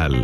צהל.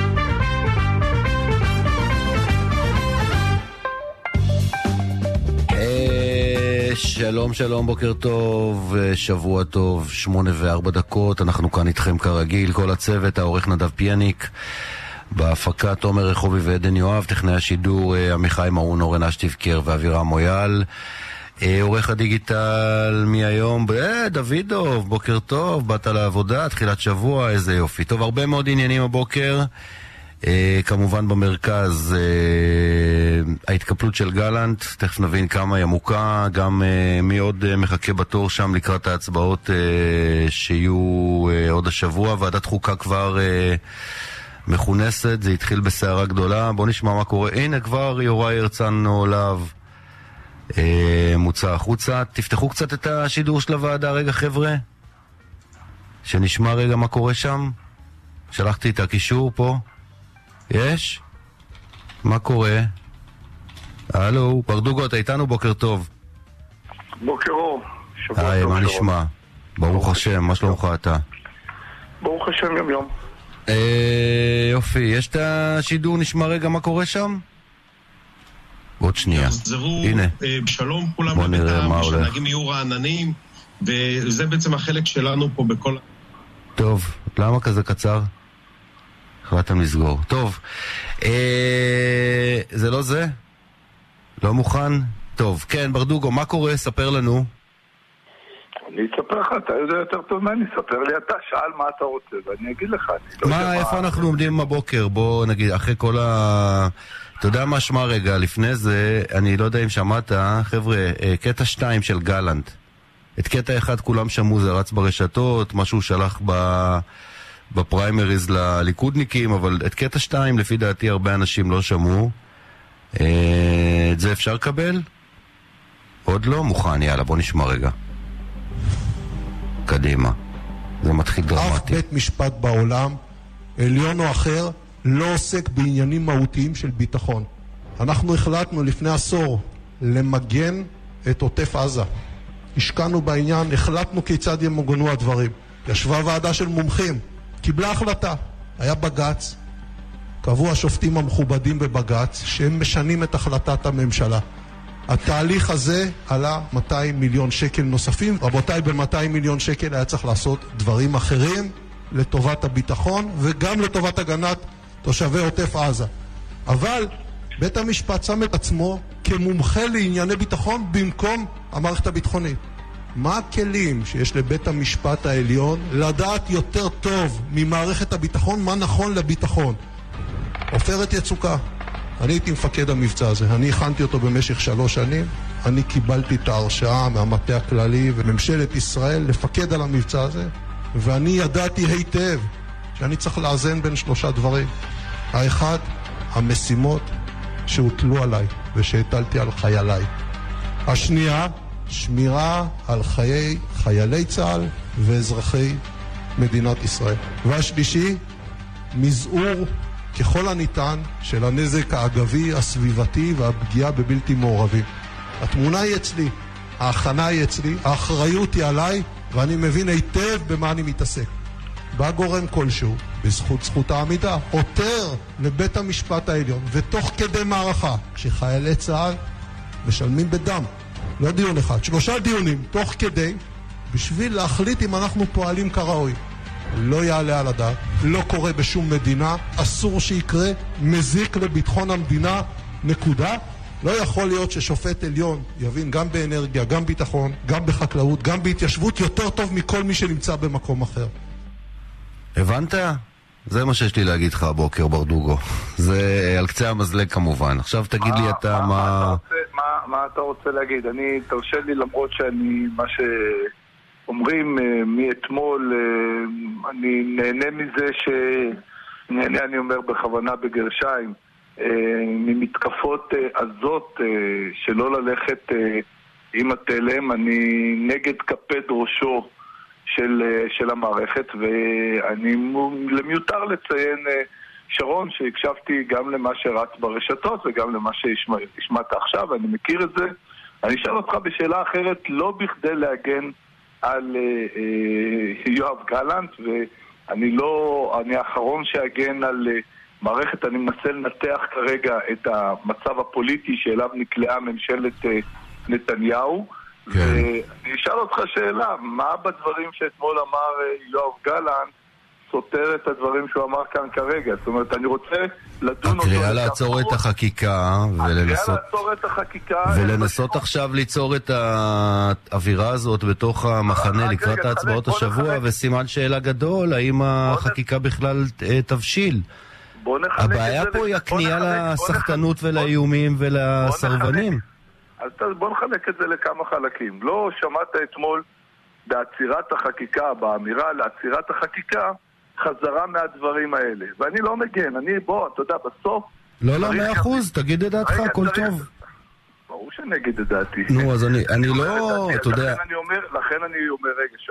שלום שלום, בוקר טוב, שבוע טוב, 8:04, אנחנו כאן איתכם כרגיל, כל הצוות, העורך נדב פיאניק, בהפקה תומר רחובי ועדן יואב, טכנאי השידור עמיחי מאון, אורן אשטיבקר ואבירם מויאל, עורך הדיגיטל מהיום דוידוב, בוקר טוב, באת לעבודה, תחילת שבוע, איזה יופי. טוב, הרבה מאוד עניינים הבוקר, כמובן במרכז ההתקפלות של גלנט, תכף נבין כמה היא עמוקה, גם מי עוד מחכה בתור שם לקראת ההצבעות שיהיו עוד השבוע. ועדת חוקה כבר מכונסת, זה התחיל בסערה גדולה, בוא נשמע מה קורה. הנה כבר יוראי הרצנו להב מוצא החוצה. תפתחו קצת את השידור של הוועדה רגע חבר'ה, שנשמע רגע מה קורה שם. שלחתי את הקישור פה, יש? מה קורה? הלו, ברדוגו, אתה איתנו? בוקר טוב. בוקר אור. היי, מה נשמע? ברוך השם, מה שלומך אתה? ברוך השם, יום יום. יופי, יש את השידור, נשמע רגע מה קורה שם? עוד שנייה. הנה. שלום כולם, בוא נראה מה הולך. שנהגים יהיו רעננים, וזה בעצם החלק שלנו פה בכל... טוב, למה כזה קצר? החלטתם לסגור. טוב, זה לא זה? לא מוכן? טוב, כן, ברדוגו, מה קורה? ספר לנו. אני אספר לך, אתה יודע יותר טוב מה אני אספר לי, אתה שאל מה אתה רוצה, ואני אגיד לך. מה, איפה אנחנו עומדים בבוקר? בוא נגיד, אחרי כל אתה יודע מה שמה רגע, לפני זה, אני לא יודע אם שמעת, חבר'ה, קטע 2 של גלנט. את קטע 1 כולם שמעו, זה רץ ברשתות, משהו שלח בפריימריז לליכודניקים, אבל את קטע 2 לפי דעתי הרבה אנשים לא שמעו. את זה אפשר לקבל? עוד לא? מוכן, יאללה, בוא נשמע רגע. קדימה. זה מתחיל דרמטי. אף בית משפט בעולם, עליון או אחר, לא עוסק בעניינים מהותיים של ביטחון. אנחנו החלטנו לפני עשור למגן את עוטף עזה. השקענו בעניין, החלטנו כיצד ימוגנו הדברים. ישבה ועדה של מומחים, קיבלה החלטה. היה בגץ, קבעו השופטים המכובדים בבגץ, שהם משנים את החלטת הממשלה. התהליך הזה עלה 200 מיליון שקל נוספים. רבותיי, ב-200 מיליון שקל היה צריך לעשות דברים אחרים לטובת הביטחון וגם לטובת הגנת תושבי עוטף עזה. אבל בית המשפט שם את עצמו כמומחה לענייני ביטחון במקום המערכת הביטחונית. מה הכלים שיש לבית המשפט העליון לדעת יותר טוב ממערכת הביטחון מה נכון לביטחון? עופרת יצוקה. אני הייתי מפקד המבצע הזה, אני הכנתי אותו במשך 3 שנים, אני קיבלתי את ההרשאה מהמטה הכללי וממשלת ישראל לפקד על המבצע הזה, ואני ידעתי היטב שאני צריך לאזן בין 3 דברים. האחד, המשימות שהוטלו עליי ושהטלתי על חייליי. השנייה, שמירה על חיי חיילי צה"ל ואזרחי מדינת ישראל. והשלישי, מזעור ככל הניתן של הנזק האגבי, הסביבתי והפגיעה בבלתי מעורבים. התמונה היא אצלי, ההכנה היא אצלי, האחריות היא עליי, ואני מבין היטב במה אני מתעסק. בא גורם כלשהו, בזכות זכות העמידה, עותר לבית המשפט העליון, ותוך כדי מערכה, כשחיילי צה"ל משלמים בדם, לא דיון אחד, 3 דיונים, תוך כדי, בשביל להחליט אם אנחנו פועלים כראוי. לא יעלה על הדעת, לא קורה בשום מדינה, אסור שיקרה, מזיק לביטחון המדינה, נקודה. לא יכול להיות ששופט עליון יבין גם באנרגיה, גם ביטחון, גם בחקלאות, גם בהתיישבות יותר טוב מכל מי שנמצא במקום אחר. הבנת? זה מה שיש לי להגיד לך הבוקר, ברדוגו. זה על קצה המזלג כמובן. עכשיו תגיד לי אתה מה אתה רוצה להגיד? אני, תרשה לי למרות שאני, מה שאומרים מאתמול, אני נהנה מזה נהנה, אני אומר בכוונה בגרשיים, ממתקפות עזות שלא ללכת עם התלם. אני נגד כפד ראשו של המערכת, ואני למיותר לציין שרון שהקשבתי גם למה שרץ ברשתות וגם למה שהשמעת עכשיו, אני מכיר את זה. אני אשאל אותך בשאלה אחרת, לא בכדי להגן על יואב גלנט אני האחרון שאגן על מערכת, אני מנסה לנתח כרגע את המצב הפוליטי שאליו נקלעה ממשלת נתניהו. כן. ואני אשאל אותך שאלה, מה בדברים שאתמול אמר יואב גלנט סותר את הדברים שהוא אמר כאן כרגע? זאת אומרת, אני רוצה לדון אותו... הקריאה לעצור את החקיקה ולנסות עכשיו ליצור את האווירה הזאת בתוך המחנה לקראת ההצבעות השבוע, וסימן שאלה גדול, האם החקיקה בכלל תבשיל? הבעיה פה היא הכניעה לסחטנות ולאיומים ולסרבנים. אז בוא נחלק את זה לכמה חלקים. לא שמעת אתמול בעצירת החקיקה, באמירה לעצירת החקיקה, חזרה מהדברים האלה. ואני לא מגן, אתה יודע, בסוף... לא, 100%, תגיד את דעתך, הכל טוב. ברור שנגיד את דעתי. נו, אז אני לא, אתה יודע... לכן אני אומר,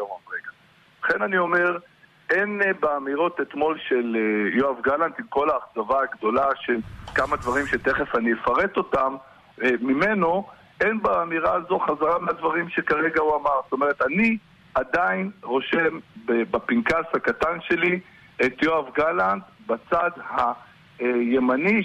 לכן אני אומר, אין באמירות אתמול של יואב גלנט, עם כל האכזבה הגדולה של כמה דברים שתכף אני אפרט אותם, ממנו, אין באמירה הזו חזרה מהדברים שכרגע הוא אמר. זאת אומרת, אני עדיין רושם בפנקס הקטן שלי את יואב גלנט בצד הימני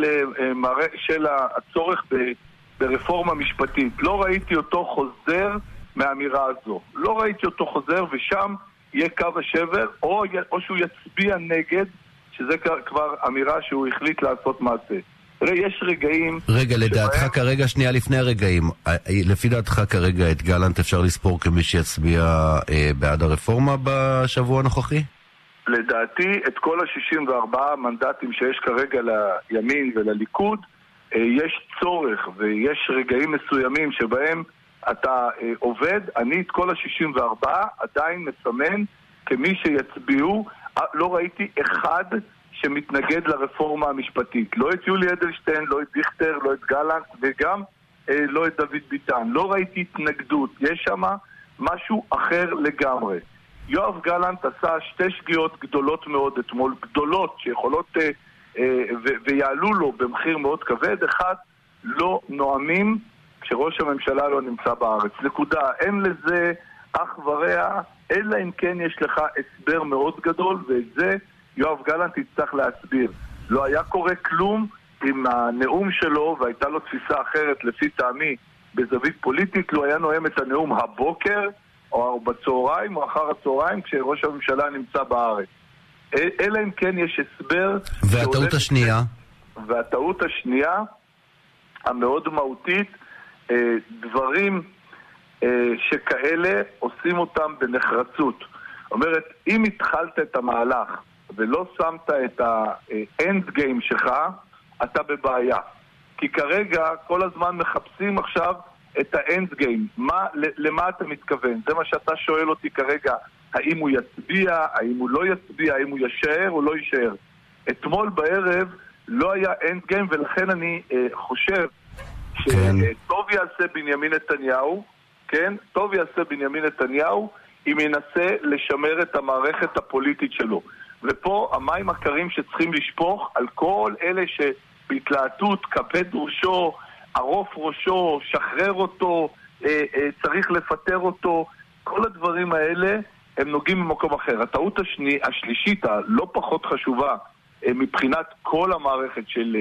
של הצורך ברפורמה משפטית. לא ראיתי אותו חוזר מהאמירה הזו. לא ראיתי אותו חוזר, ושם יהיה קו השבר, או שהוא יצביע נגד, שזה כבר אמירה שהוא החליט לעשות מעשה. יש רגעים... רגע, לדעתך כרגע, שנייה לפני הרגעים, לפי דעתך כרגע את גלנט אפשר לספור כמי שיצביע בעד הרפורמה בשבוע הנוכחי? לדעתי, את כל ה-64 מנדטים שיש כרגע לימין ולליכוד, יש צורך ויש רגעים מסוימים שבהם אתה עובד. אני את כל ה-64 עדיין מסמן כמי שיצביעו. לא ראיתי אחד שמתנגד לרפורמה המשפטית. לא את יולי אדלשטיין, לא את דיכטר, לא את גלנט, וגם לא את דוד ביטן. לא ראיתי התנגדות. יש שם משהו אחר לגמרי. יואב גלנט עשה שתי שגיאות גדולות מאוד אתמול, גדולות, שיכולות ויעלו לו במחיר מאוד כבד. אחד, לא נואמים כשראש הממשלה לא נמצא בארץ. נקודה. אין לזה אח ורע, אלא אם כן יש לך הסבר מאוד גדול, ואת זה יואב גלנט יצטרך להסביר. לא היה קורה כלום עם הנאום שלו, והייתה לו תפיסה אחרת לפי טעמי בזווית פוליטית, לא היה נואם את הנאום הבוקר או בצהריים או אחר הצהריים כשראש הממשלה נמצא בארץ. אלא אם כן יש הסבר. והטעות השנייה? והטעות השנייה המאוד מהותית, דברים שכאלה עושים אותם בנחרצות. אומרת, אם התחלת את המהלך ולא שמת את האנד גיים שלך, אתה בבעיה. כי כרגע כל הזמן מחפשים עכשיו את האנד גיים. למה אתה מתכוון? זה מה שאתה שואל אותי כרגע. האם הוא יצביע, האם הוא לא יצביע, האם הוא יישאר או לא יישאר. אתמול בערב לא היה אנד גיים, ולכן אני חושב שטוב יעשה בנימין נתניהו, כן? טוב יעשה בנימין נתניהו אם ינסה לשמר את המערכת הפוליטית שלו. ופה המים הקרים שצריכים לשפוך על כל אלה שבהתלהטות, כבד ראשו, ערוף ראשו, שחרר אותו, צריך לפטר אותו, כל הדברים האלה הם נוגעים במקום אחר. הטעות השלישית, הלא פחות חשובה, מבחינת כל המערכת של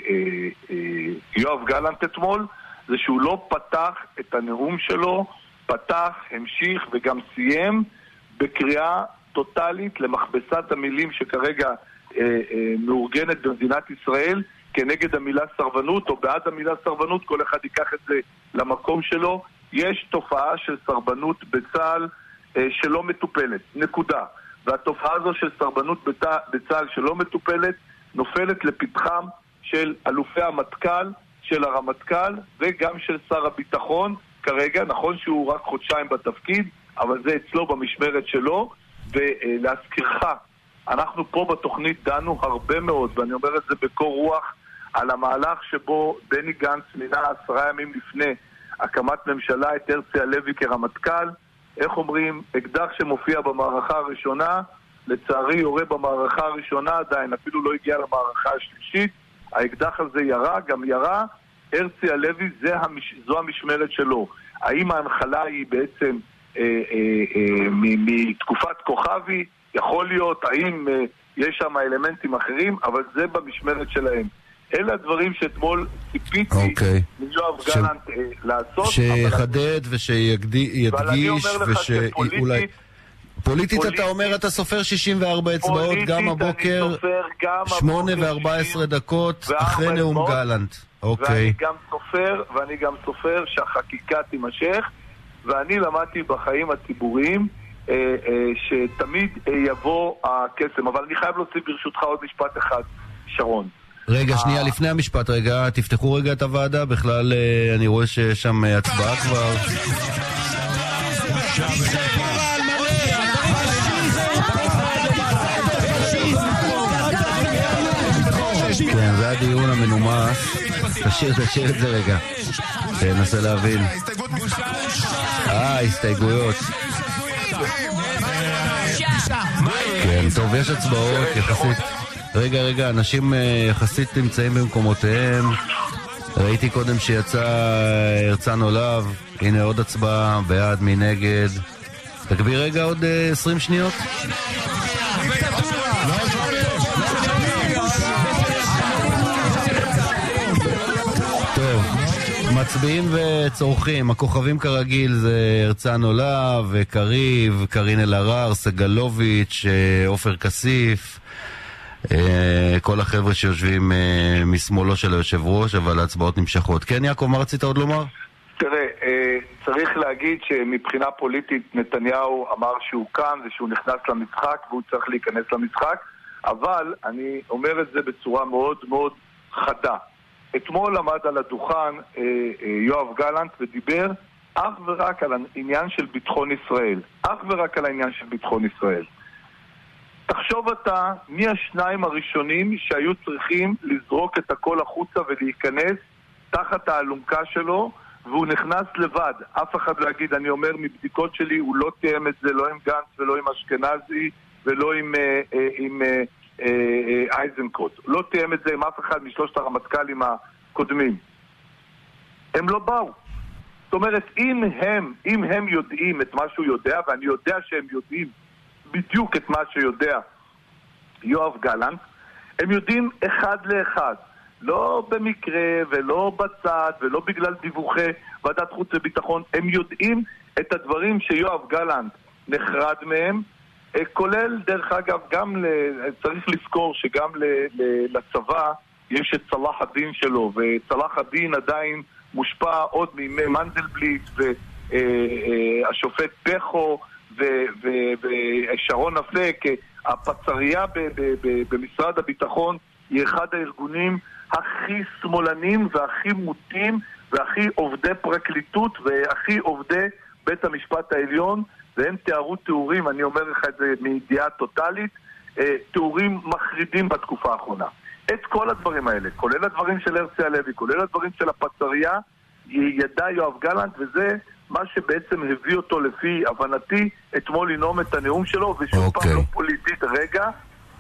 יואב גלנט אתמול, זה שהוא לא פתח את הנאום שלו, פתח, המשיך וגם סיים בקריאה טוטלית למכבסת המילים שכרגע מאורגנת במדינת ישראל כנגד המילה סרבנות או בעד המילה סרבנות, כל אחד ייקח את זה למקום שלו. יש תופעה של סרבנות בצה"ל שלא מטופלת, נקודה. והתופעה הזו של סרבנות בצה"ל שלא מטופלת נופלת לפתחם של אלופי המטכ"ל, של הרמטכ"ל וגם של שר הביטחון כרגע. נכון שהוא רק חודשיים בתפקיד, אבל זה אצלו במשמרת שלו. ולהזכירך, אנחנו פה בתוכנית דנו הרבה מאוד, ואני אומר את זה בקור רוח, על המהלך שבו בני גנץ מינה 10 ימים לפני הקמת ממשלה את הרצי הלוי כרמטכ"ל. איך אומרים, אקדח שמופיע במערכה הראשונה, לצערי יורה במערכה הראשונה עדיין, אפילו לא הגיע למערכה השלישית. האקדח הזה ירה, גם ירה. הרצי הלוי זו המשמרת שלו. האם ההנחלה היא בעצם מתקופת כוכבי, יכול להיות, האם יש שם אלמנטים אחרים, אבל זה במשמרת שלהם. אלה הדברים שאתמול ציפיתי מיואב גלנט לעשות. שיחדד ושידגיש ושאולי... פוליטית אתה אומר, אתה סופר 64 אצבעות גם הבוקר, 8:14 דקות אחרי נאום גלנט. ואני גם סופר שהחקיקה תימשך, ואני למדתי בחיים הציבוריים שתמיד יבוא הקסם. אבל אני חייב להוסיף ברשותך עוד משפט אחד, שרון. רגע, שנייה, לפני המשפט, רגע, תפתחו רגע את הוועדה, בכלל אני רואה ששם הצבעה כבר. כן, זה הדיון המנומס. תשאיר את זה רגע. ננסה להבין. הסתייגויות. כן, טוב, יש הצבעות יחסית. רגע, אנשים יחסית נמצאים במקומותיהם. ראיתי קודם שיצא הרצנו להב. הנה עוד הצבעה, בעד, מנגד. תגביר רגע עוד 20 שניות. טוב, מצביעים וצורכים. הכוכבים כרגיל זה הרצנו להב וקריב, קרין אלהרר, סגלוביץ', עופר כסיף, כל החבר'ה שיושבים משמאלו של היושב ראש, אבל ההצבעות נמשכות. כן, יעקב, מה רצית עוד לומר? תראה, צריך להגיד שמבחינה פוליטית נתניהו אמר שהוא כאן ושהוא נכנס למשחק והוא צריך להיכנס למשחק, אבל אני אומר את זה בצורה מאוד מאוד חדה. אתמול עמד על הדוכן יואב גלנט ודיבר אך ורק על העניין של ביטחון ישראל. אך ורק על העניין של ביטחון ישראל. תחשוב אתה מי השניים הראשונים שהיו צריכים לזרוק את הכל החוצה ולהיכנס תחת האלונקה שלו, והוא נכנס לבד. אף אחד לא יגיד, אני אומר מבדיקות שלי, הוא לא תאם את זה לא עם גנץ ולא עם אשכנזי ולא עם אייזנקוט. הוא לא תאם את זה עם אף אחד משלושת הרמטכ"לים הקודמים. הם לא באו. זאת אומרת, אם הם יודעים את מה שהוא יודע, ואני יודע שהם יודעים בדיוק את מה שיודע יואב גלנט, הם יודעים אחד לאחד. לא במקרה ולא בצד ולא בגלל דיווחי ועדת חוץ וביטחון. הם יודעים את הדברים שיואב גלנט נחרד מהם, כולל דרך אגב גם צריך לזכור שגם לצבא יש את צלח הדין שלו, וצלח הדין עדיין מושפע עוד מימי מנדלבליט והשופט פחו ושרון אפק. הפצריה במשרד הביטחון היא אחד הארגונים הכי שמאלנים והכי מוטים והכי עובדי פרקליטות והכי עובדי בית המשפט העליון, והם תיארו תיאורים, אני אומר לך את זה מידיעה טוטלית, תיאורים מחרידים בתקופה האחרונה. את כל הדברים האלה, כולל הדברים של הרצי הלוי, כולל הדברים של הפצריה, ידע יואב גלנט, וזה מה שבעצם הביא אותו לפי הבנתי אתמול לנאום את הנאום שלו, ושוב פעם לא פוליטית. רגע,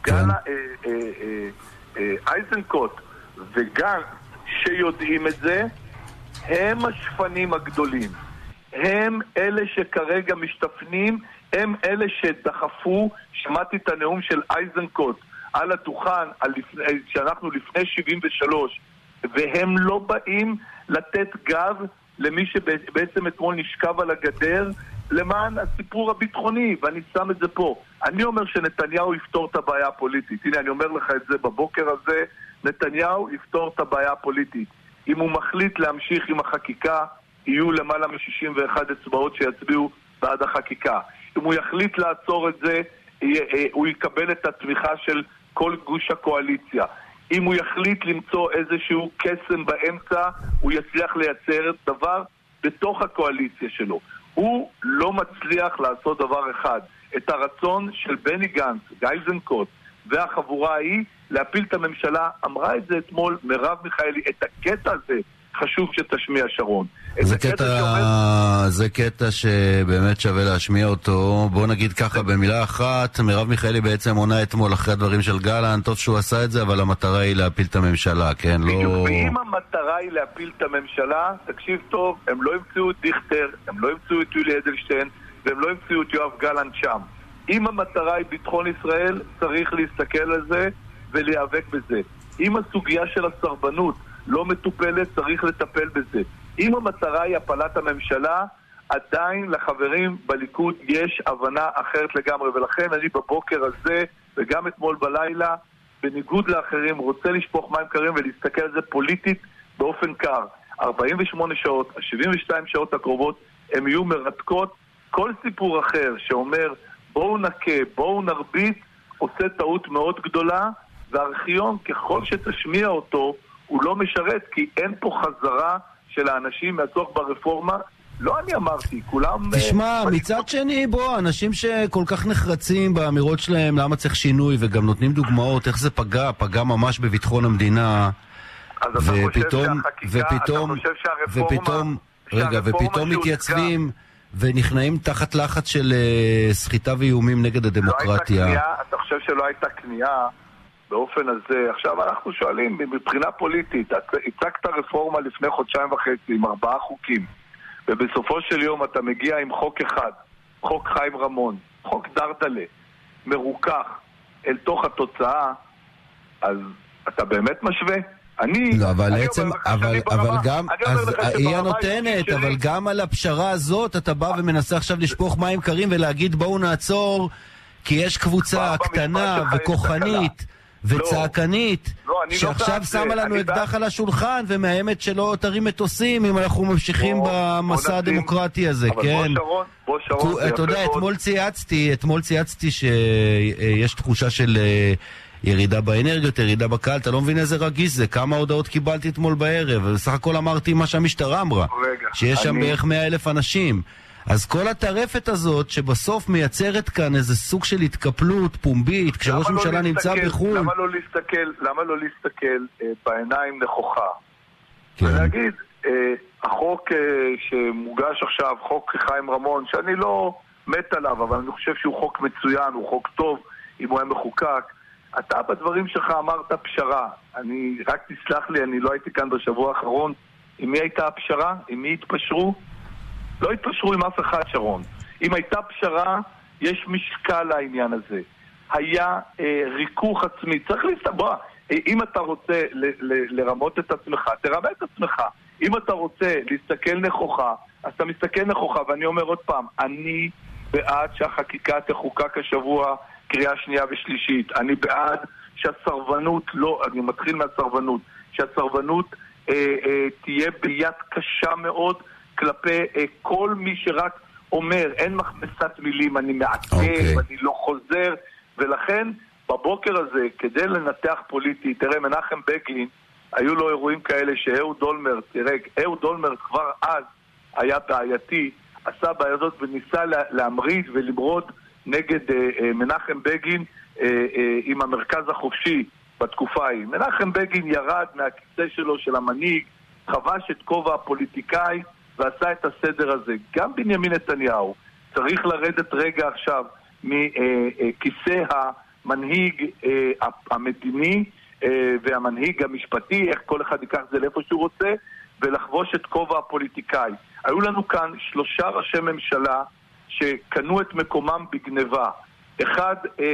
אייזנקוט וגם שיודעים את זה, הם השפנים הגדולים, הם אלה שכרגע משתפנים, הם אלה שדחפו. שמעתי את הנאום של אייזנקוט על הדוכן שאנחנו לפני 73, והם לא באים לתת גב למי שבעצם אתמול נשכב על הגדר למען הסיפור הביטחוני, ואני שם את זה פה. אני אומר שנתניהו יפתור את הבעיה הפוליטית. הנה, אני אומר לך את זה בבוקר הזה, נתניהו יפתור את הבעיה הפוליטית. אם הוא מחליט להמשיך עם החקיקה, יהיו למעלה מ-61 אצבעות שיצביעו בעד החקיקה. אם הוא יחליט לעצור את זה, הוא יקבל את התמיכה של כל גוש הקואליציה. אם הוא יחליט למצוא איזשהו קסם באמצע, הוא יצליח לייצר דבר בתוך הקואליציה שלו. הוא לא מצליח לעשות דבר אחד, את הרצון של בני גנץ, אייזנקוט והחבורה ההיא להפיל את הממשלה. אמרה את זה אתמול מרב מיכאלי, את הקטע הזה חשוב שתשמיע שרון. זה קטע שבאמת שווה להשמיע אותו. בוא נגיד ככה במילה אחת, מרב מיכאלי בעצם עונה אתמול אחרי הדברים של גלנט, טוב שהוא עשה את זה, אבל המטרה היא להפיל את הממשלה, כן? לא... ואם המטרה היא להפיל את הממשלה, תקשיב טוב, הם לא ימצאו את דיכטר, הם לא ימצאו את יולי אדלשטיין, והם לא ימצאו את יואב גלנט שם. אם המטרה היא ביטחון ישראל, צריך להסתכל על זה ולהיאבק בזה. אם הסוגיה של הסרבנות לא מטופלת, צריך לטפל בזה. אם המטרה היא הפלת הממשלה, עדיין לחברים בליכוד יש הבנה אחרת לגמרי, ולכן אני בבוקר הזה וגם אתמול בלילה, בניגוד לאחרים, רוצה לשפוך מים קרים ולהסתכל על זה פוליטית באופן קר. 48 שעות, 72 שעות הקרובות, הם יהיו מרתקות. כל סיפור אחר שאומר בואו נקה, בואו נרביץ, עושה טעות מאוד גדולה, והארכיון ככל שתשמיע אותו הוא לא משרת, כי אין פה חזרה של האנשים מהצורך ברפורמה. לא אני אמרתי, כולם... תשמע, מצד שני, בוא, אנשים שכל כך נחרצים באמירות שלהם למה צריך שינוי, וגם נותנים דוגמאות איך זה פגע ממש בביטחון המדינה, ופתאום מתייצבים ונכנעים תחת לחץ של סחיטה ואיומים נגד הדמוקרטיה. אתה חושב שלא הייתה קנייה באופן הזה? עכשיו אנחנו שואלים, מבחינה פוליטית, הצגת רפורמה לפני חודשיים וחצי עם 4 חוקים, ובסופו של יום אתה מגיע עם חוק אחד, חוק חיים רמון, חוק דרדלה, מרוכך אל תוך התוצאה, אז אתה באמת משווה? לא, אבל גם, היא הנותנת, אבל גם על הפשרה הזאת אתה בא ומנסה עכשיו לשפוך מים קרים ולהגיד בואו נעצור, כי יש קבוצה קטנה וכוחנית וצעקנית שעכשיו שמה לנו אקדח על השולחן ומאיימת שלא תרים מטוסים אם אנחנו ממשיכים במסע הדמוקרטי הזה, כן? אתה יודע, אתמול צייצתי שיש תחושה של ירידה באנרגיות, ירידה בקהל, אתה לא מבין איזה רגיש זה, כמה הודעות קיבלתי אתמול בערב, ובסך הכל אמרתי מה שהמשטרה אמרה, שיש שם בערך 100,000 אנשים. אז כל הטרפת הזאת שבסוף מייצרת כאן איזה סוג של התקפלות פומבית כשראש ממשלה נמצא בחו"ל. למה לא להסתכל בעיניים נכוחה ולהגיד, החוק שמוגש עכשיו, חוק חיים רמון, שאני לא מת עליו, אבל אני חושב שהוא חוק מצוין, הוא חוק טוב אם הוא היה מחוקק. אתה בדברים שלך אמרת פשרה, אני רק תסלח לי, אני לא הייתי כאן בשבוע האחרון. עם מי הייתה הפשרה? עם מי התפשרו? לא התפשרו עם אף אחד, שרון. אם הייתה פשרה, יש משקל לעניין הזה. היה ריכוך עצמי. צריך להסתבר. אם אתה רוצה לרמות את עצמך, תרמה את עצמך. אם אתה רוצה להסתכל נכוחה, אז אתה מסתכל נכוחה, ואני אומר עוד פעם, אני בעד שהחקיקה תחוקק השבוע קריאה שנייה ושלישית. אני בעד שהסרבנות, לא, אני מתחיל מהסרבנות, שהסרבנות תהיה ביד קשה מאוד כלפי כל מי שרק אומר, אין מכבסת מילים, אני מעכב, אני לא חוזר, ולכן בבוקר הזה, כדי לנתח פוליטי, תראה, מנחם בגין, היו לו אירועים כאלה שאהוד אולמרט, תראה, אהוד אולמרט כבר אז היה בעייתי, עשה בעייתות וניסה להמריד ולמרוד נגד מנחם בגין עם המרכז החופשי בתקופה ההיא. מנחם בגין ירד מהכיסא שלו של המנהיג, חבש את כובע הפוליטיקאי ועשה את הסדר הזה. גם בנימין נתניהו צריך לרדת רגע עכשיו מכיסא המנהיג המדיני והמנהיג המשפטי, איך כל אחד ייקח זה לאיפה שהוא רוצה, ולחבוש את כובע הפוליטיקאי. היו לנו כאן 3 ראשי ממשלה שקנו את מקומם בגניבה. אחד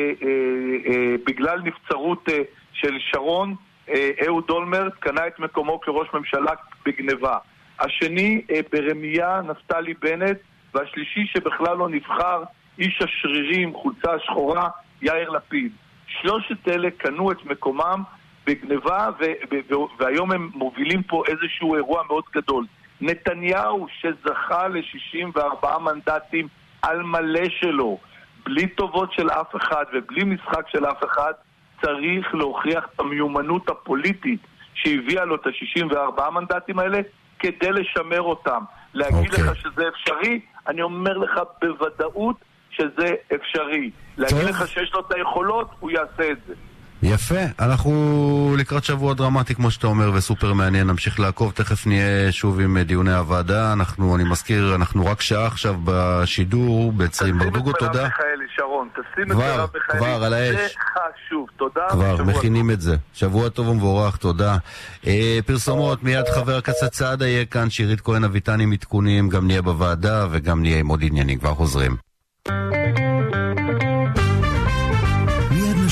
בגלל נבצרות של שרון, אהוד אולמרט קנה את מקומו כראש ממשלה בגניבה. השני ברמייה נפתלי בנט, והשלישי שבכלל לא נבחר, איש השרירים, חולצה שחורה, יאיר לפיד. 3 אלה קנו את מקומם בגניבה, והיום הם מובילים פה איזשהו אירוע מאוד גדול. נתניהו שזכה ל-64 מנדטים על מלא שלו, בלי טובות של אף אחד ובלי משחק של אף אחד, צריך להוכיח את המיומנות הפוליטית שהביאה לו את ה-64 מנדטים האלה כדי לשמר אותם. להגיד לך שזה אפשרי, אני אומר לך בוודאות שזה אפשרי. להגיד לך שיש לו את היכולות, הוא יעשה את זה. יפה, אנחנו לקראת שבוע דרמטי כמו שאתה אומר וסופר מעניין, נמשיך לעקוב, תכף נהיה שוב עם דיוני הוועדה. אני מזכיר, אנחנו רק שעה עכשיו בשידור בצרים ברדוגו, תודה. שרון, תשים את מרב מיכאלי, כבר על האש. זה חשוב, תודה. כבר מכינים את זה, שבוע טוב ומבורך, תודה. פרסומות, מיד חבר הכנסת צעדה יהיה כאן, שירית כהן אביטן עם עדכונים, גם נהיה בוועדה וגם נהיה עם עוד עניינים, כבר חוזרים.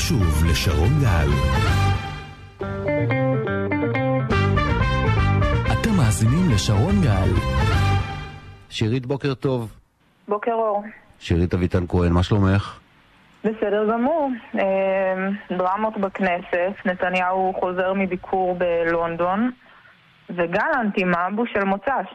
שוב לשרון גל. אתם מאזינים לשרון גל. שירית, בוקר טוב. בוקר אור. שירית אביטן כהן, מה שלומך? בסדר גמור. דרמות בכנסת, נתניהו חוזר מביקור בלונדון, וגלנט עם האבו של מוצ"ש.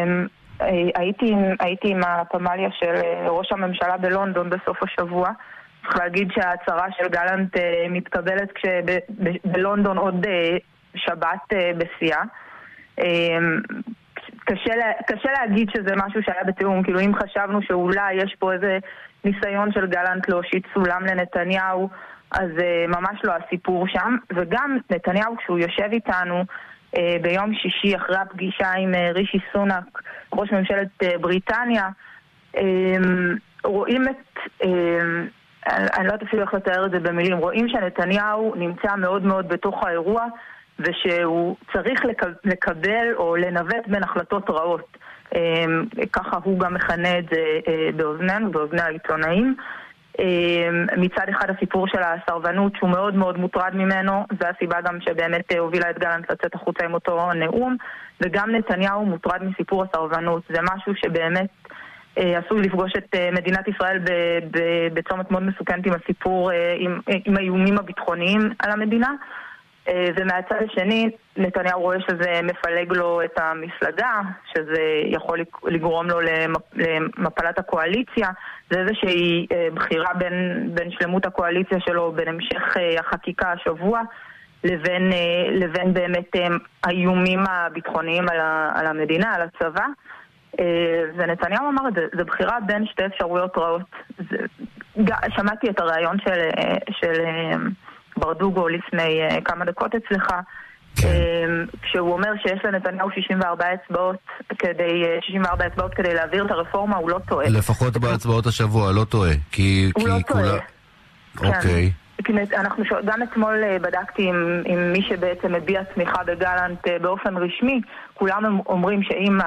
הייתי עם הפמליה של ראש הממשלה בלונדון בסוף השבוע. צריך להגיד שההצהרה של גלנט מתקבלת כשבלונדון עוד שבת בשיאה. קשה להגיד שזה משהו שהיה בתיאום, כאילו אם חשבנו שאולי יש פה איזה ניסיון של גלנט להושיט סולם לנתניהו, אז ממש לא הסיפור שם. וגם נתניהו כשהוא יושב איתנו ביום שישי אחרי הפגישה עם רישי סונאק, ראש ממשלת בריטניה, רואים אני לא יודעת אפילו איך לתאר את זה במילים, רואים שנתניהו נמצא מאוד מאוד בתוך האירוע, ושהוא צריך לקבל או לנווט בין החלטות רעות. ככה הוא גם מכנה את זה באוזנינו, באוזני העיתונאים. מצד אחד הסיפור של הסרבנות שהוא מאוד מאוד מוטרד ממנו, זה הסיבה גם שבאמת הובילה את גלנט לצאת החוצה עם אותו נאום, וגם נתניהו מוטרד מסיפור הסרבנות. זה משהו שבאמת עשוי לפגוש את מדינת ישראל בצומת מאוד מסוכנת עם הסיפור, עם האיומים הביטחוניים על המדינה. ומהצד השני, נתניהו רואה שזה מפלג לו את המפלגה, שזה יכול לגרום לו למפלת הקואליציה. זה איזושהי בחירה בין שלמות הקואליציה שלו, בין המשך החקיקה השבוע, לבין באמת האיומים הביטחוניים על המדינה, על הצבא. ונתניהו אמר את זה, זה בחירה בין שתי אפשרויות רעות. שמעתי את הרעיון של ברדוגו לפני כמה דקות אצלך, כשהוא אומר שיש לנתניהו 64 אצבעות כדי להעביר את הרפורמה, הוא לא טועה. לפחות בהצבעות השבוע, לא טועה. הוא לא טועה. אוקיי. גם אתמול בדקתי עם מי שבעצם הביע תמיכה בגלנט באופן רשמי, כולם אומרים שאם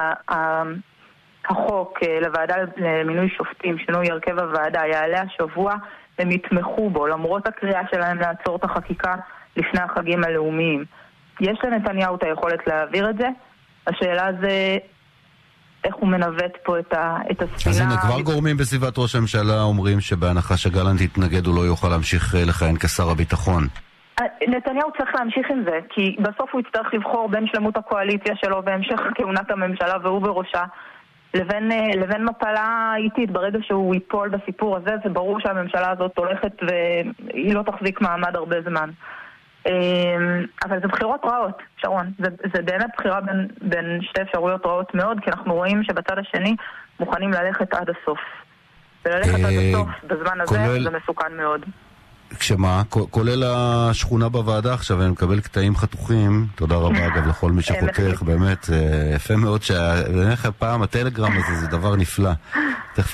החוק לוועדה למינוי שופטים, שינוי הרכב הוועדה, יעלה השבוע, הם יתמכו בו, למרות הקריאה שלהם לעצור את החקיקה לפני החגים הלאומיים. יש לנתניהו את היכולת להעביר את זה. השאלה זה איך הוא מנווט פה את הספינה. אז הנה, כבר גורמים בסביבת ראש הממשלה אומרים שבהנחה שגלנט יתנגד הוא לא יוכל להמשיך לכהן כשר הביטחון. נתניהו צריך להמשיך עם זה, כי בסוף הוא יצטרך לבחור בין שלמות הקואליציה שלו והמשך כהונת הממשלה והוא בראשה, לבין מפלה איטית. ברגע שהוא ייפול בסיפור הזה, זה ברור שהממשלה הזאת הולכת והיא לא תחזיק מעמד הרבה זמן. אבל זה בחירות רעות, שרון. זה באמת בחירה בין שתי אפשרויות רעות מאוד, כי אנחנו רואים שבצד השני מוכנים ללכת עד הסוף. וללכת עד הסוף בזמן הזה זה מסוכן מאוד. כשמה? כולל השכונה בוועדה עכשיו, אני מקבל קטעים חתוכים. תודה רבה אגב לכל מי שחותך, באמת יפה מאוד פעם הטלגרם הזה זה דבר נפלא. תכף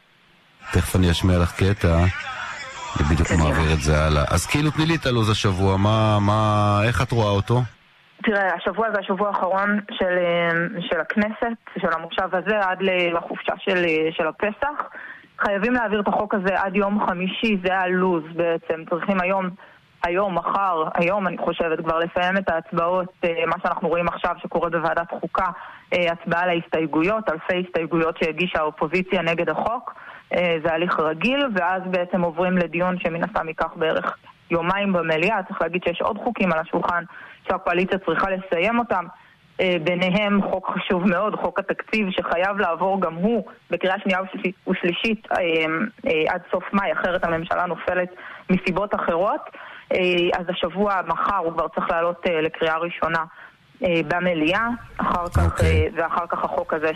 אני אשמיע לך קטע, אני בדיוק מעביר את זה הלאה. אז כאילו תני לי את הלוז השבוע, איך את רואה אותו? תראה, השבוע זה השבוע האחרון של הכנסת, של המושב הזה, עד לחופשה של הפסח. חייבים להעביר את החוק הזה עד יום חמישי, זה הלוז בעצם. צריכים היום אני חושבת כבר לסיים את ההצבעות, מה שאנחנו רואים עכשיו שקורה בוועדת חוקה, הצבעה להסתייגויות, אלפי הסתייגויות שהגישה האופוזיציה נגד החוק, זה הליך רגיל, ואז בעצם עוברים לדיון שמן הסתם ייקח בערך יומיים במליאה. צריך להגיד שיש עוד חוקים על השולחן שהקואליציה צריכה לסיים אותם, ביניהם חוק חשוב מאוד, חוק התקציב, שחייב לעבור גם הוא בקריאה שנייה ושלישית עד סוף מאי, אחרת הממשלה נופלת מסיבות אחרות. אז השבוע מחר הוא כבר צריך לעלות לקריאה ראשונה במליאה, ואחר כך החוק הזה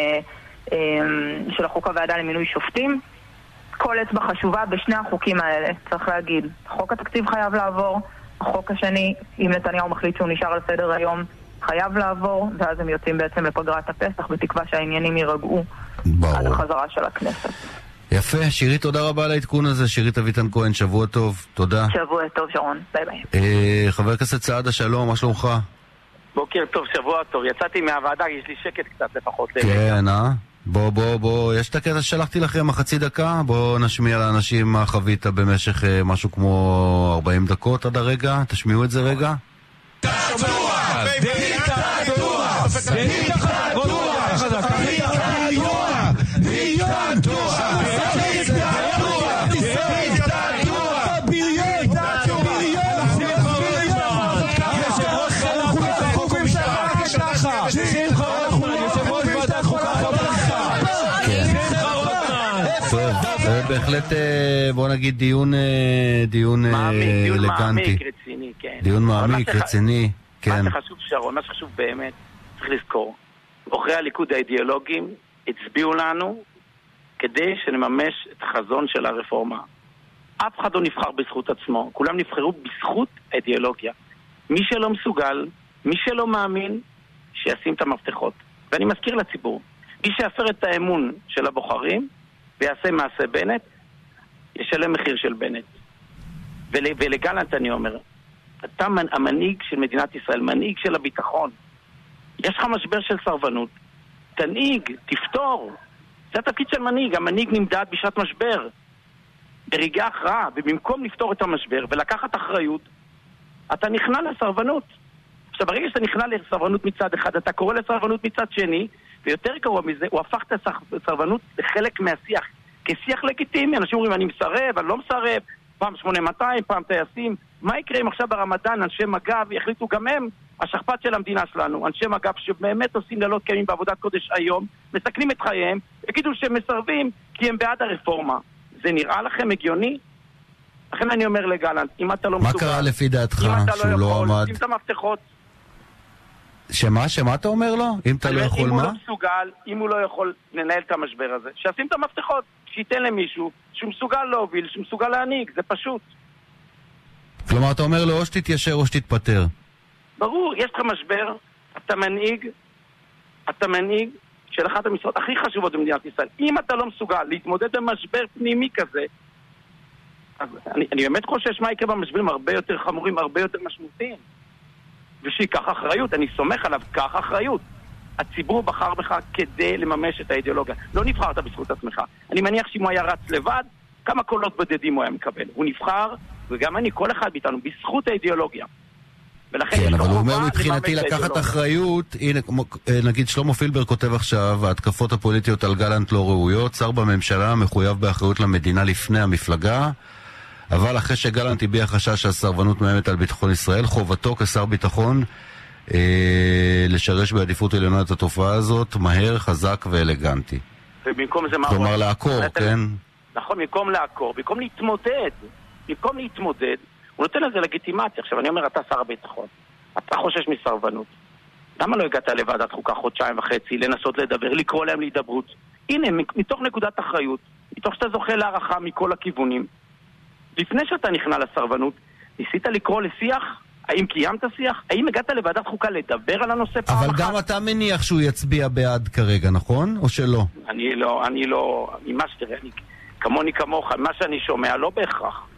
של החוק הוועדה למינוי שופטים. כל אצבע חשובה בשני החוקים האלה, צריך להגיד. חוק התקציב חייב לעבור, החוק השני, אם נתניהו מחליט שהוא נשאר על סדר היום, חייב לעבור, ואז הם יוצאים בעצם לפגרת הפסח, בתקווה שהעניינים יירגעו עד החזרה של הכנסת. יפה, שירית, תודה רבה על העדכון הזה. שירית אביטן כהן, שבוע טוב, תודה. שבוע טוב, שרון, ביי ביי. חבר הכנסת סעדה, שלום, מה שלומך? בוקר טוב, שבוע טוב. יצאתי מהוועדה, יש לי שקט קצת לפחות. כן, בוא, יש את הקטע ששלחתי לכם מחצי דקה, בוא נשמיע לאנשים מה חווית במשך משהו כמו 40 דקות עד הרגע, תשמיעו את זה רגע. בהחלט, בוא נגיד, דיון אלגנטי. דיון מעמיק, רציני, כן. מה שחשוב, שרון, מה שחשוב באמת, צריך לזכור. בוחרי הליכוד האידיאולוגים הצביעו לנו כדי שנממש את החזון של הרפורמה. אף אחד לא נבחר בזכות עצמו, כולם נבחרו בזכות האידיאולוגיה. מי שלא מסוגל, מי שלא מאמין, שישים את המפתחות. ואני מזכיר לציבור, מי שיפר את האמון של הבוחרים, ויעשה מעשה בנט, ישלם מחיר של בנט. ולגלנט אני אומר, אתה המנהיג של מדינת ישראל, מנהיג של הביטחון. יש לך משבר של סרבנות, תנהיג, תפתור. זה התפקיד של מנהיג, המנהיג נמדד בשעת משבר. ברגעי הכרעה, ובמקום לפתור את המשבר ולקחת אחריות, אתה נכנע לסרבנות. עכשיו, ברגע שאתה נכנע לסרבנות מצד אחד, אתה קורא לסרבנות מצד שני, ויותר קרוב מזה, הוא הפך את הסרבנות לחלק מהשיח, כשיח לגיטימי. אנשים אומרים, אני מסרב, אני לא מסרב, פעם 8200, פעם טייסים. מה יקרה אם עכשיו ברמדאן אנשי מג"ב יחליטו גם הם, השכפ"ץ של המדינה שלנו, אנשי מג"ב שבאמת עושים לילות כימים בעבודת קודש היום, מסכנים את חייהם, יגידו שהם מסרבים כי הם בעד הרפורמה. זה נראה לכם הגיוני? לכן אני אומר לגלנט, אם אתה לא מסוגל... מה קרה לפי דעתך שהוא לא עמד? שים את המפתחות. שמה אתה אומר לו? אם אתה לא יכול מה? אם הוא לא מסוגל, אם הוא לא יכול לנהל את המשבר הזה, שישים את המפתחות, שייתן למישהו שהוא מסוגל להוביל, שהוא מסוגל להנהיג, זה פשוט. כלומר, אתה אומר לו, או שתתיישר או שתתפטר. ברור, יש לך משבר, אתה מנהיג של אחת המשרות הכי חשובות במדינת ישראל. אם אתה לא מסוגל להתמודד במשבר פנימי כזה, אז אני באמת חושש מה יקרה במשברים הרבה יותר חמורים, הרבה יותר משמעותיים. ושיקח אחריות, אני סומך עליו, קח אחריות. הציבור בחר בך כדי לממש את האידיאולוגיה. לא נבחרת בזכות עצמך. אני מניח שאם הוא היה רץ לבד, כמה קולות בודדים הוא היה מקבל. הוא נבחר, וגם אני, כל אחד מאיתנו, בזכות האידיאולוגיה. כן, אבל הוא אומר מבחינתי לקחת אחריות. הנה, נגיד שלמה פילבר כותב עכשיו, ההתקפות הפוליטיות על גלנט לא ראויות, שר בממשלה מחויב באחריות למדינה לפני המפלגה, אבל אחרי שגלנט הביע חשש שהסרבנות מאיימת על ביטחון ישראל, חובתו כשר ביטחון לשרש בעדיפות עליונה את התופעה הזאת, מהר, חזק ואלגנטי. ובמקום זה מה... כלומר לעקור, כן? נכון, במקום לעקור, במקום להתמודד, הוא נותן לזה לגיטימציה. עכשיו אני אומר, אתה שר הביטחון, אתה חושש מסרבנות. למה לא הגעת לוועדת חוקה חודשיים וחצי, לנסות לדבר, לקרוא להם להידברות? הנה, מתוך נקודת אחריות, מתוך שאתה זוכה להערכה מכל הכיוונים, לפני שאתה נכנע לסרבנות, ניסית לקרוא לשיח? האם קיימת שיח? האם הגעת לוועדת חוקה לדבר על הנושא פעם אחת? אבל גם אתה מניח שהוא יצביע בעד כרגע, נכון? או שלא? אני לא, ממה שתראה, כמוני כמוך, מה שאני שומע לא בהכרח.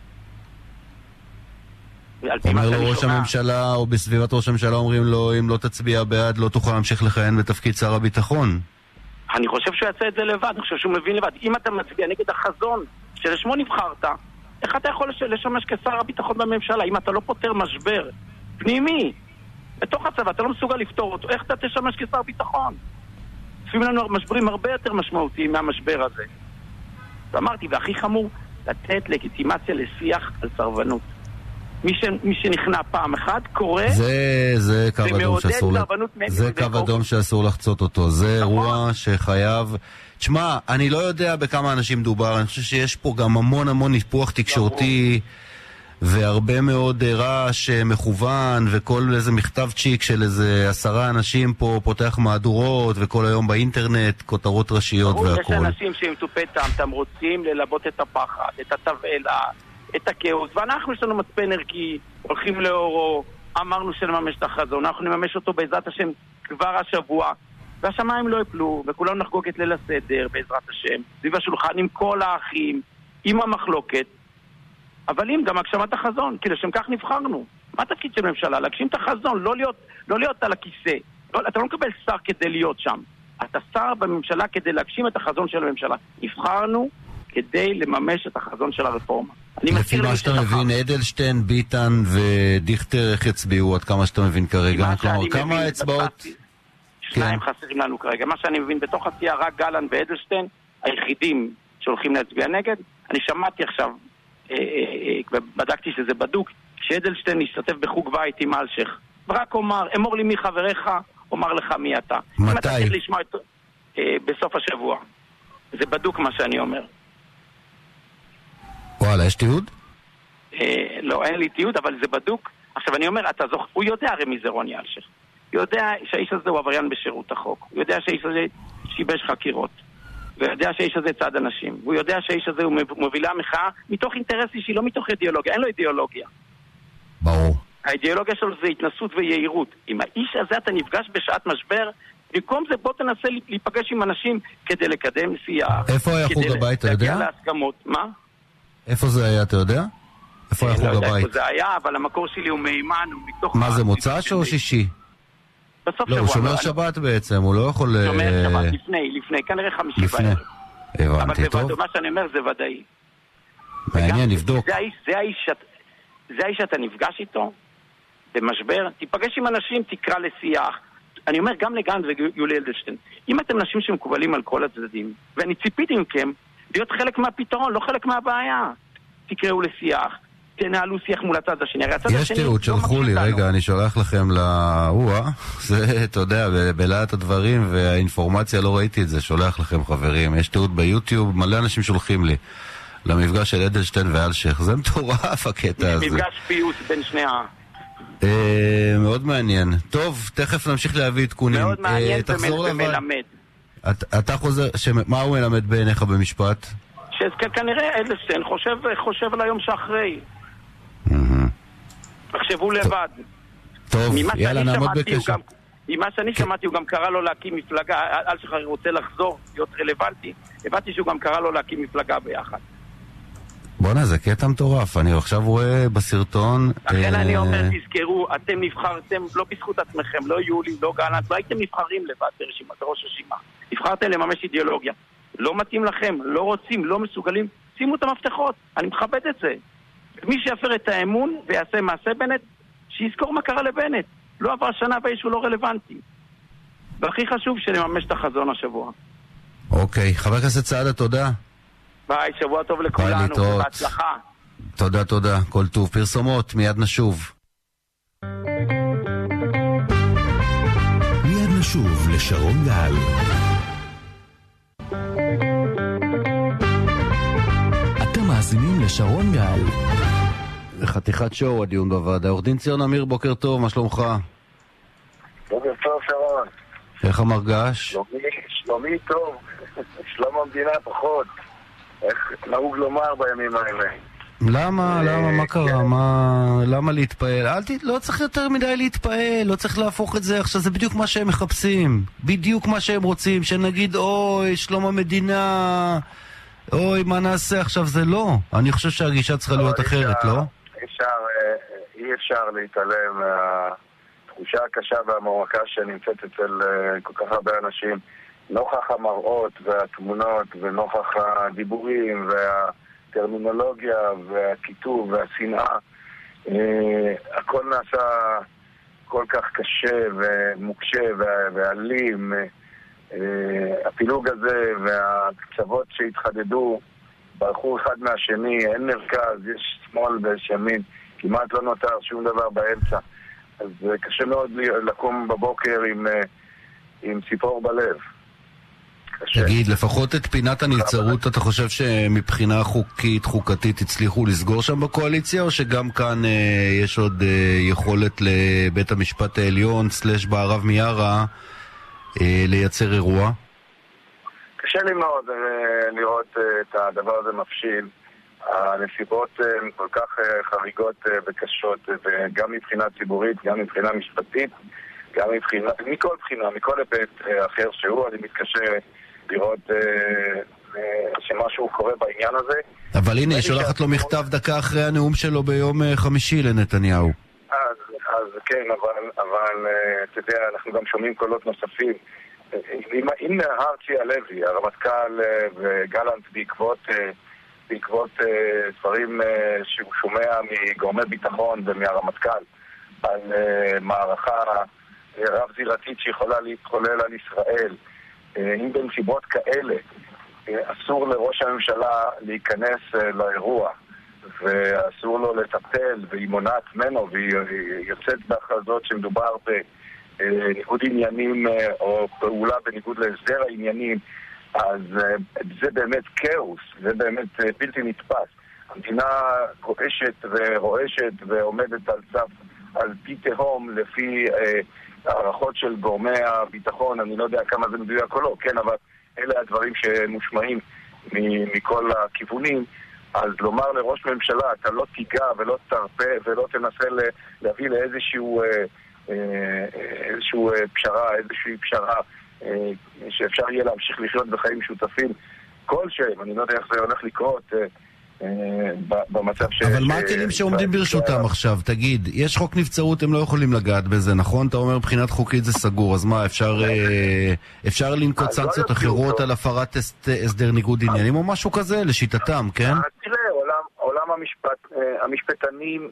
אומר לו ראש הממשלה, או בסביבת ראש הממשלה אומרים לו, אם לא תצביע בעד, לא תוכל להמשיך לכהן בתפקיד שר הביטחון. אני חושב שהוא יעשה את זה לבד, אני חושב שהוא מבין לבד. אם אתה מצביע נגד החזון שלשמו נבחרת, איך אתה יכול לשמש כשר הביטחון בממשלה? אם אתה לא פותר משבר פנימי בתוך הצבא, אתה לא מסוגל לפתור אותו, איך אתה תשמש כשר ביטחון? צפים לנו משברים הרבה יותר משמעותיים מהמשבר הזה. ואמרתי, והכי חמור, לתת לגיטימציה לשיח על סרבנות. מי שנכנע פעם אחת קורא זה קו אדום שאסור זה קו אדום שאסור לחצות אותו. זה אירוע שחייב. תשמע, אני לא יודע בכמה אנשים דובר, אני חושב שיש פה גם המון ניפוח תקשורתי והרבה מאוד רעש מכוון, וכל איזה מכתב צ'יק של איזה 10 אנשים פה פותח מהדורות, וכל היום באינטרנט כותרות ראשיות והכל. יש אנשים שהם טופי טעם רוצים ללבות את הפחד, את התבעלה, את הכאוס, ואנחנו יש לנו מצפן ערכי, הולכים לאורו, אמרנו שנממש את החזון, אנחנו נממש אותו בעזרת השם כבר השבוע, והשמיים לא יפלו, וכולנו נחגוג את ליל הסדר בעזרת השם, סביב השולחן עם כל האחים, עם המחלוקת, אבל עם גם הגשמת החזון, כי לשם כך נבחרנו. מה התפקיד של ממשלה? להגשים את החזון, לא להיות על הכיסא. אתה לא מקבל שר כדי להיות שם. אתה שר בממשלה כדי להגשים את החזון של הממשלה. נבחרנו כדי לממש את החזון של הרפורמה. לפי מה שאתה מבין, אדלשטיין, ביטן ודיכטר איך יצביעו עד כמה שאתה מבין כרגע? כמה האצבעות? שניים חסרים לנו כרגע. מה שאני מבין, בתוך הסיעה רק גלנט ואדלשטיין היחידים שהולכים להצביע נגד. אני שמעתי עכשיו, בדקתי שזה בדוק, שאדלשטיין ישתתף בחוג בית עם אלשך. ורק אמור לי מי חבריך, אומר לך מי אתה. מתי? אם אתה צריך לשמוע בסוף השבוע. זה בדוק מה שאני אומר. וואלה, יש תיעוד? לא, אין לי תיעוד, אבל זה בדוק. עכשיו אני אומר, הוא יודע הרי מי זה רוני אלשך. הוא יודע שהאיש הזה הוא עבריין בשירות החוק. הוא יודע שהאיש הזה שיבש חקירות. הוא יודע שהאיש הזה צד אנשים. הוא יודע שהאיש הזה הוא מובילה מחאה מתוך אינטרס אישי, לא מתוך אידיאולוגיה. אין לו אידיאולוגיה. ברור. האידיאולוגיה שלו זה התנסות ויהירות. עם האיש הזה אתה נפגש בשעת משבר, במקום זה בוא תנסה להיפגש עם אנשים כדי לקדם שיח. איפה היה חוג הבית, אתה יודע? להגיע להסכמות. מה? איפה זה היה, אתה יודע? איפה היה חוג הבית? לא יודע איפה זה היה, אבל המקור שלי הוא מימן, הוא מתוך... מה זה, מוצ"ש או שישי? בסוף שבוע. לא, הוא שומר שבת בעצם, הוא לא יכול... שומר שבת, לפני, כנראה חמישי בערב. הבנתי, טוב. אבל מה שאני אומר זה ודאי. מעניין, נבדוק. זה האיש שאתה נפגש איתו במשבר, תיפגש עם אנשים, תקרא לשיח. אני אומר גם לגנץ ויולי אדלשטיין, אם אתם אנשים שמקובלים על כל הצדדים, ואני ציפיתי מכם להיות חלק מהפתרון, לא חלק מהבעיה, תקראו לשיח, תנהלו שיח מול הצד השני. יש תיעוד, שלחו לי, רגע, אני שולח לכם זה, אתה יודע, בלעת הדברים והאינפורמציה, לא ראיתי את זה, שולח לכם חברים, יש תיעוד ביוטיוב, מלא אנשים שולחים לי, למפגש של אדלשטיין ואלשך, זה מטורף הקטע הזה. מפגש פיוס בין שני מאוד מעניין. טוב, תכף נמשיך להביא עדכונים. מאוד מעניין ומלמד. אתה חוזר, מה הוא מלמד בעיניך במשפט? שכנראה אדלשטיין חושב על היום שאחרי. תחשבו לבד. טוב, יאללה, נעמוד בקשר. ממה שאני שמעתי, הוא גם קרא לו להקים מפלגה, אלשך רוצה לחזור, להיות רלוונטי, הבנתי שהוא גם קרא לו להקים מפלגה ביחד. בוא'נה, זה קטע מטורף, אני עכשיו רואה בסרטון... לכן אני אומר, תזכרו, אתם נבחרתם לא בזכות עצמכם, לא יולי, לא גלנט, לא הייתם נבחרים לבד בראש רשימה. נבחרתם לממש אידיאולוגיה. לא מתאים לכם, לא רוצים, לא מסוגלים, שימו את המפתחות, אני מכבד את זה. מי שיפר את האמון ויעשה מעשה בנט, שיזכור מה קרה לבנט. לא עבר שנה והאיש הוא לא רלוונטי. והכי חשוב שנממש את החזון השבוע. אוקיי, חבר הכנסת סעדה, תודה. ביי, שבוע טוב לכולנו, ובהצלחה. תודה, כל טוב. פרסומות, מיד נשוב. מיד נשוב לשרון גל. אתם מאזינים לשרון גל. חתיכת שואו, הדיון בוועדה. עורך דין ציון אמיר, בוקר טוב, מה שלומך? בוקר טוב, שרון. איך המרגש? שלומי טוב, שלום המדינה פחות. איך נהוג לומר בימים האלה? למה? מה קרה? למה להתפעל? לא צריך יותר מדי להתפעל, לא צריך להפוך את זה. עכשיו זה בדיוק מה שהם מחפשים, בדיוק מה שהם רוצים, שנגיד אוי, שלום המדינה, אוי, מה נעשה עכשיו? זה לא. אני חושב שהגישה צריכה להיות אחרת, לא? אי אפשר להתעלם מהתחושה הקשה והמועקה שנמצאת אצל כל כך הרבה אנשים, נוכח המראות והתמונות ונוכח הדיבורים והטרמינולוגיה והכיתוב והשנאה. הכל נעשה כל כך קשה ומוקשה ואלים. הפילוג הזה והקצוות שהתחדדו ברחו אחד מהשני, אין מרכז, יש שמאל ויש ימין, כמעט לא נותר שום דבר באמצע. אז קשה מאוד לקום בבוקר עם ציפור בלב. תגיד, לפחות את פינת הנבצרות אתה חושב שמבחינה חוקתית הצליחו לסגור שם בקואליציה, או שגם כאן יש עוד יכולת לבית המשפט העליון / בערב מיארה לייצר אירוע? קשה לי מאוד לראות את הדבר הזה מפשיל. הנסיבות הן כל כך חריגות וקשות, גם מבחינה ציבורית, גם מבחינה משפטית, גם מכל בחינה, מכל היבט אחר שהוא. אני מתקשה לראות שמשהו קורה בעניין הזה. אבל הנה, היא שולחת לו מכתב דקה אחרי הנאום שלו ביום חמישי לנתניהו. אז כן, אבל אתה יודע, אנחנו גם שומעים קולות נוספים אם הרצי הלוי, הרמטכ"ל וגלנט בעקבות דברים שהוא שומע מגורמי ביטחון ומהרמטכ"ל על מערכה רב זירתית שיכולה להתחולל על ישראל, אם בנסיבות כאלה אסור לראש הממשלה להיכנס לאירוע ואסור לו לטפל והיא מונעת ממנו והיא יוצאת בהכרזות שמדובר בניגוד עניינים או פעולה בניגוד להסדר העניינים, אז זה באמת כאוס, זה באמת בלתי נתפס. המדינה גועשת ורועשת ועומדת על סף, על פי תהום לפי הערכות של גורמי הביטחון. אני לא יודע כמה זה מדויק או לא, כן, אבל אלה הדברים שמושמעים מכל הכיוונים. אז לומר לראש ממשלה, אתה לא תיגע ולא תרפה ולא תנסה להביא לאיזשהו איזושהי פשרה שאפשר יהיה להמשיך לחיות בחיים משותפים כלשהם. אני לא יודע איך זה הולך לקרות במצב אבל מה הכלים שעומדים ברשותם עכשיו? תגיד, יש חוק נבצרות, הם לא יכולים לגעת בזה, נכון? אתה אומר מבחינת חוקית זה סגור, אז מה, אפשר לנקוט סנקציות אחרות על הפרת הסדר ניגוד עניינים או משהו כזה, לשיטתם, כן? תראה, עולם המשפטנים,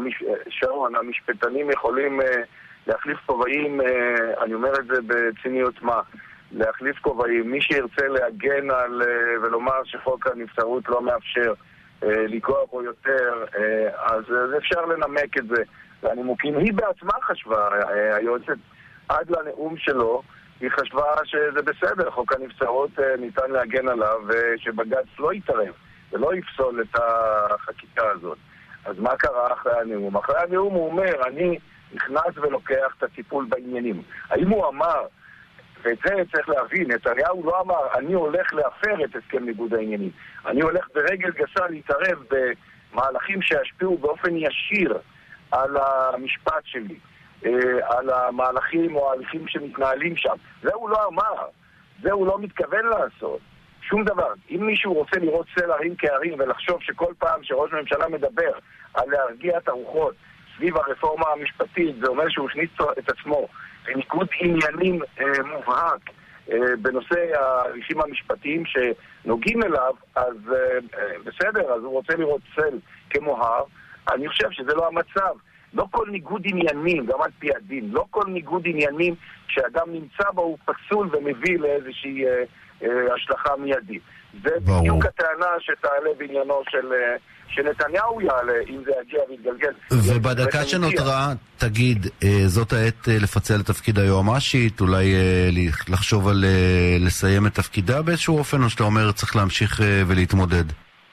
שרון, המשפטנים יכולים להחליף כובעים, אני אומר את זה בציניות מה, להחליף כובעים. מי שירצה להגן על ולומר שחוק הנבצרות לא מאפשר לקרוא בו יותר, אז אפשר לנמק את זה. והנימוקים, היא בעצמה חשבה, היועצת, עד לנאום שלו, היא חשבה שזה בסדר, חוק הנבצרות ניתן להגן עליו, ושבג"ץ לא יתערב ולא יפסול את החקיקה הזאת. אז מה קרה אחרי הנאום? אחרי הנאום הוא אומר, אני נכנס ולוקח את הטיפול בעניינים. האם הוא אמר, ואת זה צריך להבין, נתניהו לא אמר, אני הולך להפר את הסכם ניגוד העניינים. אני הולך ברגל גסה להתערב במהלכים שישפיעו באופן ישיר על המשפט שלי, על המהלכים או ההליכים שמתנהלים שם. זה הוא לא אמר, זה הוא לא מתכוון לעשות. שום דבר. אם מישהו רוצה לראות צל הרים כהרים ולחשוב שכל פעם שראש ממשלה מדבר על להרגיע את הרוחות סביב הרפורמה המשפטית, זה אומר שהוא הכניס את עצמו לניגוד עניינים מובהק בנושא ההליכים המשפטיים שנוגעים אליו, אז בסדר, אז הוא רוצה לראות צל כמו הר. אני חושב שזה לא המצב. לא כל ניגוד עניינים, גם על פי הדין, לא כל ניגוד עניינים שאדם נמצא בו הוא פסול ומביא לאיזושהי השלכה מיידית. זה בדיוק הטענה שתעלה בעניינו של נתניהו יעלה, אם זה יגיע ויתגלגל. ובדקה שנותרה, תגיד, זאת העת לפצל את תפקיד היועמ"שית, אולי לחשוב על לסיים את תפקידה באיזשהו אופן, או שאתה אומר צריך להמשיך ולהתמודד?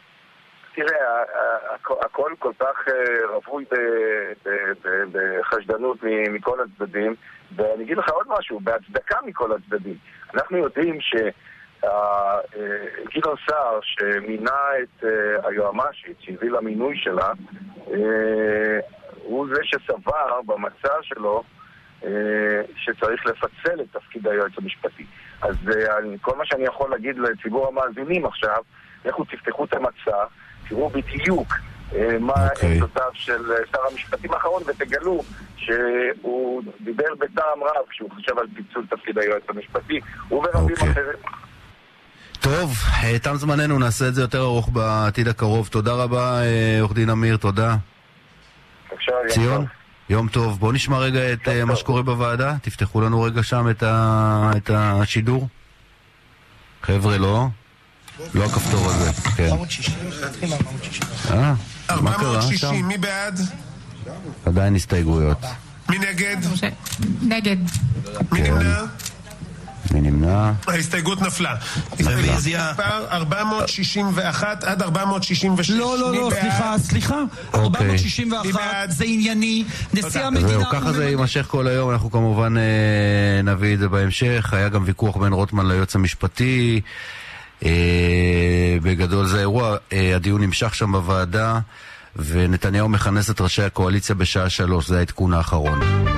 תראה, הכל כל כך רבוי בחשדנות מכל הצדדים, ואני אגיד לך עוד משהו, בהצדקה מכל הצדדים. אנחנו יודעים גדעון סער שמינה את היועמ"שית, שהביא למינוי שלה, הוא זה שסבר במצע שלו שצריך לפצל את תפקיד היועץ המשפטי. אז כל מה שאני יכול להגיד לציבור המאזינים עכשיו, לכו תפתחו את המצע, תראו בדיוק מה עמדותיו של שר המשפטים האחרון, ותגלו שהוא דיבר בטעם רב כשהוא חשב על פיצול תפקיד היועץ המשפטי, וברבים אחרים. טוב, תם זמננו, נעשה את זה יותר ארוך בעתיד הקרוב. תודה רבה, עורך דין אמיר, תודה. ציון, יום טוב. בואו נשמע רגע את מה שקורה בוועדה. תפתחו לנו רגע שם את השידור. חבר'ה, לא הכפתור הזה. 460, מי בעד? עדיין הסתייגויות. מי נגד? נגד. מי נמנע? מי נמנע? ההסתייגות נפלה. רוויזיה. 461 עד 466. לא, סליחה. 461 זה ענייני. נשיא המדינה... ככה זה יימשך כל היום, אנחנו כמובן נביא את זה בהמשך. היה גם ויכוח בין רוטמן ליועץ המשפטי. בגדול זה אירוע, הדיון נמשך שם בוועדה, ונתניהו מכנס את ראשי הקואליציה בשעה 3, זה העדכון האחרון.